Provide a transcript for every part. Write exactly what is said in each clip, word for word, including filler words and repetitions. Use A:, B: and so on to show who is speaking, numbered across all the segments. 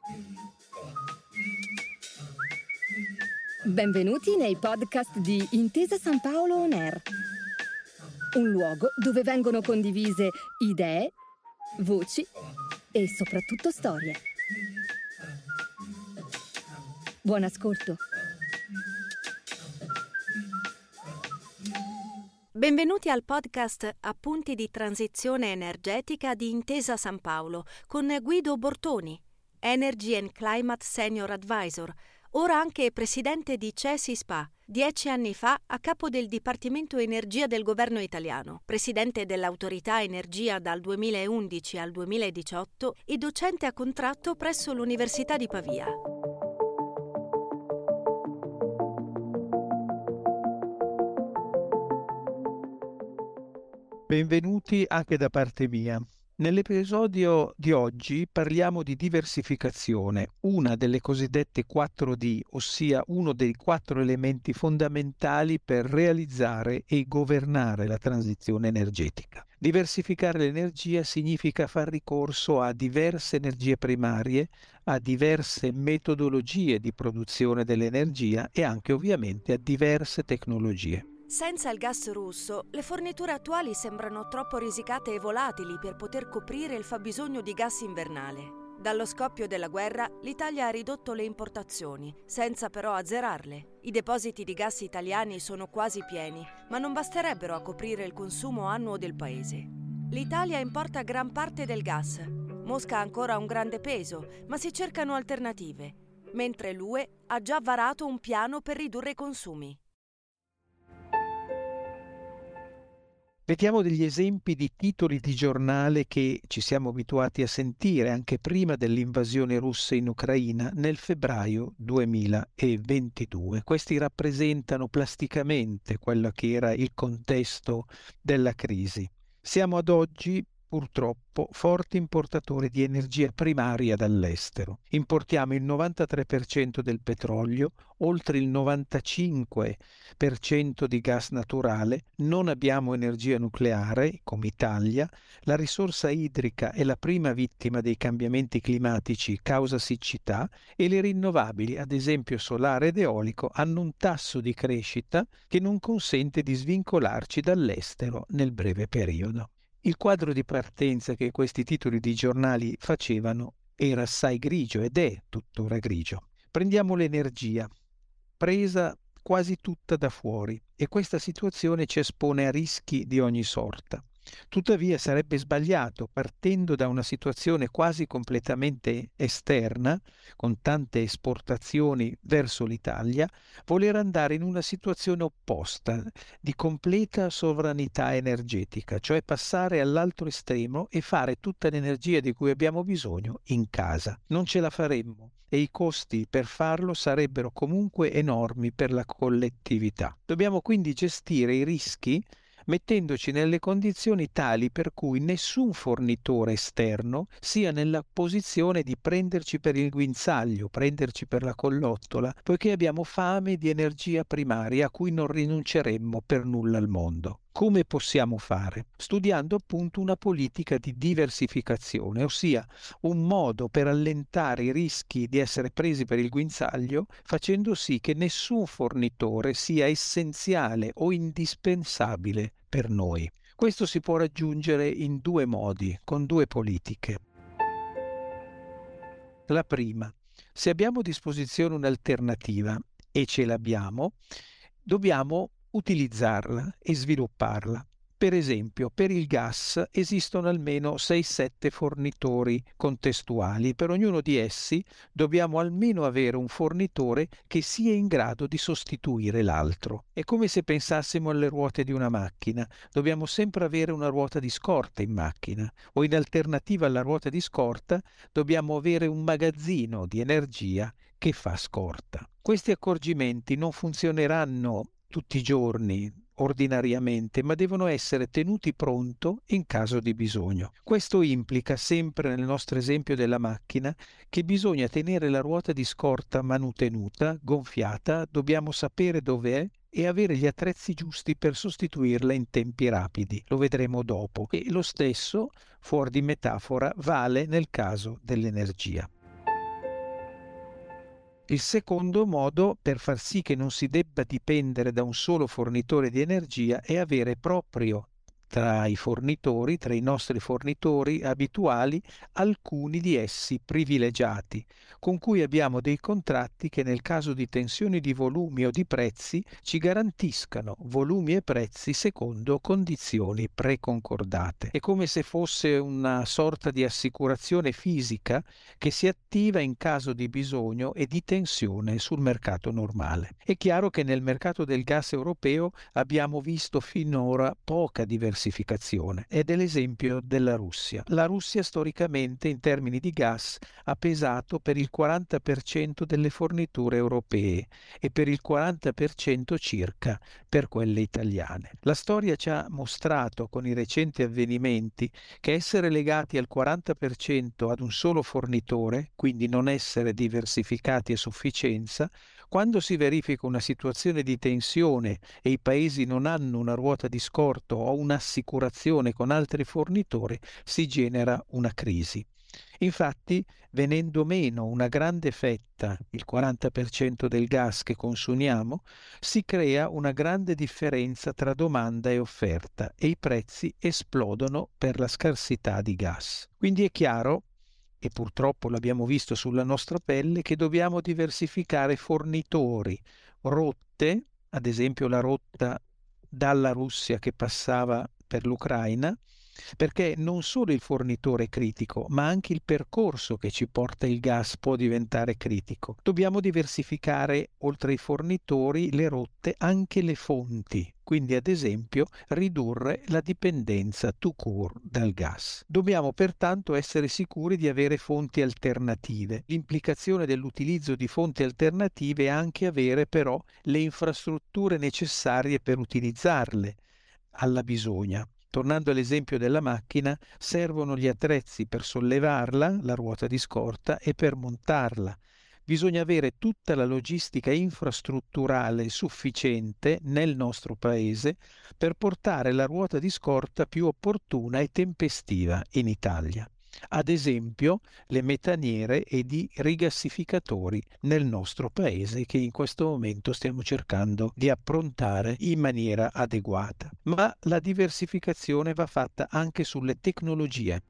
A: Benvenuti nei podcast di Intesa San Paolo On Air, un luogo dove vengono condivise idee, voci e soprattutto storie. Buon ascolto.
B: Benvenuti al podcast Appunti di transizione energetica di Intesa San Paolo con Guido Bortoni, Energy and Climate Senior Advisor, ora anche presidente di C E S I S P A, dieci anni fa a capo del Dipartimento Energia del Governo italiano, presidente dell'Autorità Energia dal duemilaundici al duemiladiciotto e docente a contratto presso l'Università di Pavia.
C: Benvenuti anche da parte mia. Nell'episodio di oggi parliamo di diversificazione, una delle cosiddette quattro D, ossia uno dei quattro elementi fondamentali per realizzare e governare la transizione energetica. Diversificare l'energia significa far ricorso a diverse energie primarie, a diverse metodologie di produzione dell'energia e anche ovviamente a diverse tecnologie.
B: Senza il gas russo, le forniture attuali sembrano troppo risicate e volatili per poter coprire il fabbisogno di gas invernale. Dallo scoppio della guerra, l'Italia ha ridotto le importazioni, senza però azzerarle. I depositi di gas italiani sono quasi pieni, ma non basterebbero a coprire il consumo annuo del paese. L'Italia importa gran parte del gas. Mosca ha ancora un grande peso, ma si cercano alternative, mentre l'U E ha già varato un piano per ridurre i consumi.
C: Vediamo degli esempi di titoli di giornale che ci siamo abituati a sentire anche prima dell'invasione russa in Ucraina nel febbraio duemilaventidue. Questi rappresentano plasticamente quello che era il contesto della crisi. Siamo ad oggi purtroppo forti importatori di energia primaria dall'estero. Importiamo il novantatré per cento del petrolio, oltre il novantacinque per cento di gas naturale, non abbiamo energia nucleare come Italia, la risorsa idrica è la prima vittima dei cambiamenti climatici causa siccità e le rinnovabili, ad esempio solare ed eolico, hanno un tasso di crescita che non consente di svincolarci dall'estero nel breve periodo. Il quadro di partenza che questi titoli di giornali facevano era assai grigio ed è tuttora grigio. Prendiamo l'energia, presa quasi tutta da fuori, e questa situazione ci espone a rischi di ogni sorta. Tuttavia sarebbe sbagliato, partendo da una situazione quasi completamente esterna, con tante esportazioni verso l'Italia, voler andare in una situazione opposta, di completa sovranità energetica, cioè passare all'altro estremo e fare tutta l'energia di cui abbiamo bisogno in casa. Non ce la faremmo e i costi per farlo sarebbero comunque enormi per la collettività. Dobbiamo quindi gestire i rischi mettendoci nelle condizioni tali per cui nessun fornitore esterno sia nella posizione di prenderci per il guinzaglio, prenderci per la collottola, poiché abbiamo fame di energia primaria a cui non rinunceremmo per nulla al mondo. Come possiamo fare? Studiando appunto una politica di diversificazione, ossia un modo per allentare i rischi di essere presi per il guinzaglio, facendo sì che nessun fornitore sia essenziale o indispensabile per noi. Questo si può raggiungere in due modi, con due politiche. La prima, se abbiamo a disposizione un'alternativa, e ce l'abbiamo, dobbiamo utilizzarla e svilupparla. Per esempio, per il gas esistono almeno sei sette fornitori contestuali. Per ognuno di essi dobbiamo almeno avere un fornitore che sia in grado di sostituire l'altro. È come se pensassimo alle ruote di una macchina. Dobbiamo sempre avere una ruota di scorta in macchina, o in alternativa alla ruota di scorta dobbiamo avere un magazzino di energia che fa scorta. Questi accorgimenti non funzioneranno tutti i giorni, ordinariamente, ma devono essere tenuti pronto in caso di bisogno. Questo implica, sempre nel nostro esempio della macchina, che bisogna tenere la ruota di scorta manutenuta, gonfiata, dobbiamo sapere dove è e avere gli attrezzi giusti per sostituirla in tempi rapidi. Lo vedremo dopo. E lo stesso, fuori di metafora, vale nel caso dell'energia. Il secondo modo per far sì che non si debba dipendere da un solo fornitore di energia è avere proprio tra i fornitori, tra i nostri fornitori abituali, alcuni di essi privilegiati, con cui abbiamo dei contratti che nel caso di tensioni di volumi o di prezzi ci garantiscano volumi e prezzi secondo condizioni preconcordate. È come se fosse una sorta di assicurazione fisica che si attiva in caso di bisogno e di tensione sul mercato normale. È chiaro che nel mercato del gas europeo abbiamo visto finora poca diversificazione ed è l'esempio della Russia. La Russia storicamente in termini di gas ha pesato per il quaranta per cento delle forniture europee e per il quaranta per cento circa per quelle italiane. La storia ci ha mostrato con i recenti avvenimenti che essere legati al quaranta per cento ad un solo fornitore, quindi non essere diversificati a sufficienza, quando si verifica una situazione di tensione e i paesi non hanno una ruota di scorto o un'assicurazione con altri fornitori, si genera una crisi. Infatti, venendo meno una grande fetta, il quaranta per cento del gas che consumiamo, si crea una grande differenza tra domanda e offerta e i prezzi esplodono per la scarsità di gas. Quindi è chiaro, e purtroppo l'abbiamo visto sulla nostra pelle, che dobbiamo diversificare fornitori, rotte, ad esempio la rotta dalla Russia che passava per l'Ucraina, perché non solo il fornitore è critico, ma anche il percorso che ci porta il gas può diventare critico. Dobbiamo diversificare, oltre ai fornitori, le rotte, anche le fonti. Quindi, ad esempio, ridurre la dipendenza tout court dal gas. Dobbiamo pertanto essere sicuri di avere fonti alternative. L'implicazione dell'utilizzo di fonti alternative è anche avere però le infrastrutture necessarie per utilizzarle alla bisogna. Tornando all'esempio della macchina, servono gli attrezzi per sollevarla, la ruota di scorta, e per montarla. Bisogna avere tutta la logistica infrastrutturale sufficiente nel nostro paese per portare la ruota di scorta più opportuna e tempestiva in Italia. Ad esempio, le metaniere ed i rigassificatori nel nostro paese che in questo momento stiamo cercando di approntare in maniera adeguata. Ma la diversificazione va fatta anche sulle tecnologie.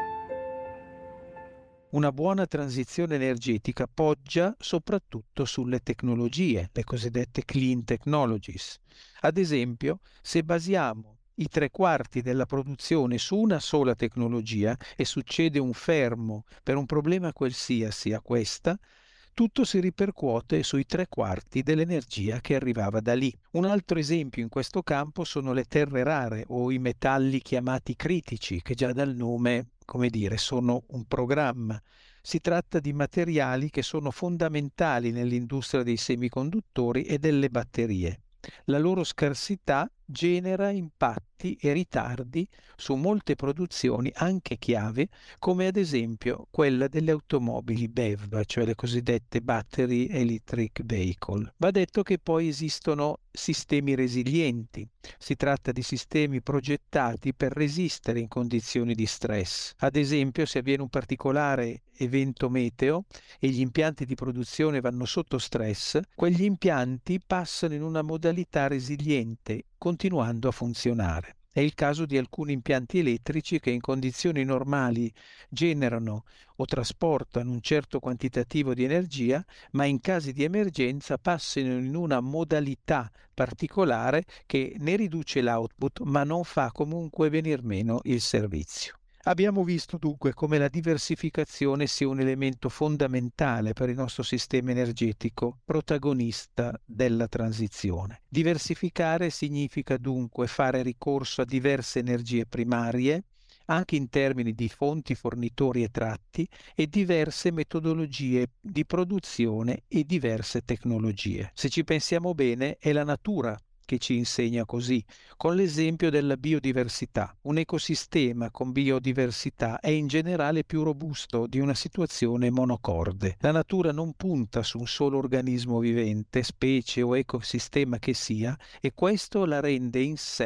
C: Una buona transizione energetica poggia soprattutto sulle tecnologie, le cosiddette clean technologies. Ad esempio, se basiamo i tre quarti della produzione su una sola tecnologia e succede un fermo per un problema qualsiasi a questa, tutto si ripercuote sui tre quarti dell'energia che arrivava da lì. Un altro esempio in questo campo sono le terre rare o i metalli chiamati critici, che già dal nome, come dire, sono un programma. Si tratta di materiali che sono fondamentali nell'industria dei semiconduttori e delle batterie. La loro scarsità genera impatti e ritardi su molte produzioni anche chiave, come ad esempio quella delle automobili B E V, cioè le cosiddette Battery Electric Vehicle. Va detto che poi esistono sistemi resilienti. Si tratta di sistemi progettati per resistere in condizioni di stress. Ad esempio, se avviene un particolare evento meteo e gli impianti di produzione vanno sotto stress, quegli impianti passano in una modalità resiliente, continuando a funzionare. È il caso di alcuni impianti elettrici che in condizioni normali generano o trasportano un certo quantitativo di energia, ma in casi di emergenza passano in una modalità particolare che ne riduce l'output, ma non fa comunque venir meno il servizio. Abbiamo visto dunque come la diversificazione sia un elemento fondamentale per il nostro sistema energetico, protagonista della transizione. Diversificare significa dunque fare ricorso a diverse energie primarie, anche in termini di fonti, fornitori e tratti, e diverse metodologie di produzione e diverse tecnologie. Se ci pensiamo bene, è la natura che ci insegna così, con l'esempio della biodiversità. Un ecosistema con biodiversità è in generale più robusto di una situazione monocorde. La natura non punta su un solo organismo vivente, specie o ecosistema che sia, e questo la rende in sé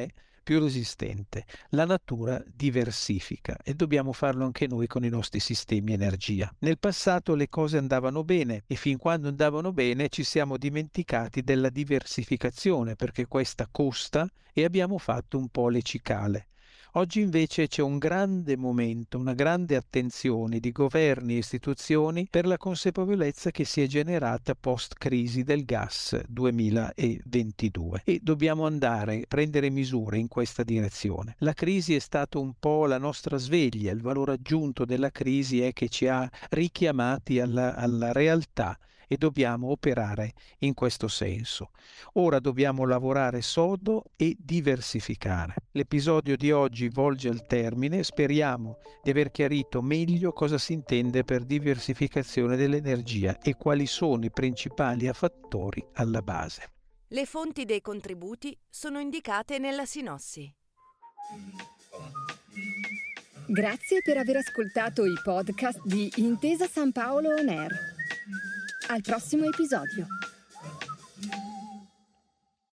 C: più resistente. La natura diversifica e dobbiamo farlo anche noi con i nostri sistemi energia. Nel passato le cose andavano bene e fin quando andavano bene ci siamo dimenticati della diversificazione perché questa costa e abbiamo fatto un po' le cicale. Oggi invece c'è un grande momento, una grande attenzione di governi e istituzioni per la consapevolezza che si è generata post-crisi del gas duemilaventidue e dobbiamo andare a prendere misure in questa direzione. La crisi è stata un po' la nostra sveglia, il valore aggiunto della crisi è che ci ha richiamati alla, alla realtà e dobbiamo operare in questo senso. Ora dobbiamo lavorare sodo e diversificare. L'episodio di oggi volge al termine, speriamo di aver chiarito meglio cosa si intende per diversificazione dell'energia e quali sono i principali fattori alla base.
B: Le fonti dei contributi sono indicate nella sinossi.
A: Grazie per aver ascoltato i podcast di Intesa San Paolo On Air. Al prossimo episodio.